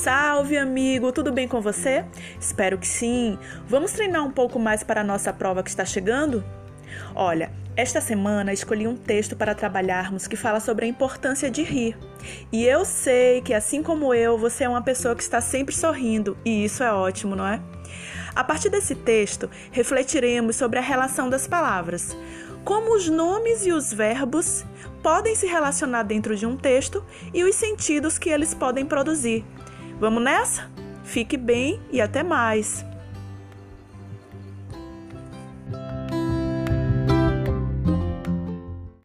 Salve, amigo! Tudo bem com você? Espero que sim! Vamos treinar um pouco mais para a nossa prova que está chegando? Olha, esta semana escolhi um texto para trabalharmos que fala sobre a importância de rir. E eu sei que, assim como eu, você é uma pessoa que está sempre sorrindo, e isso é ótimo, não é? A partir desse texto, refletiremos sobre a relação das palavras. Como os nomes e os verbos podem se relacionar dentro de um texto e os sentidos que eles podem produzir. Vamos nessa? Fique bem e até mais!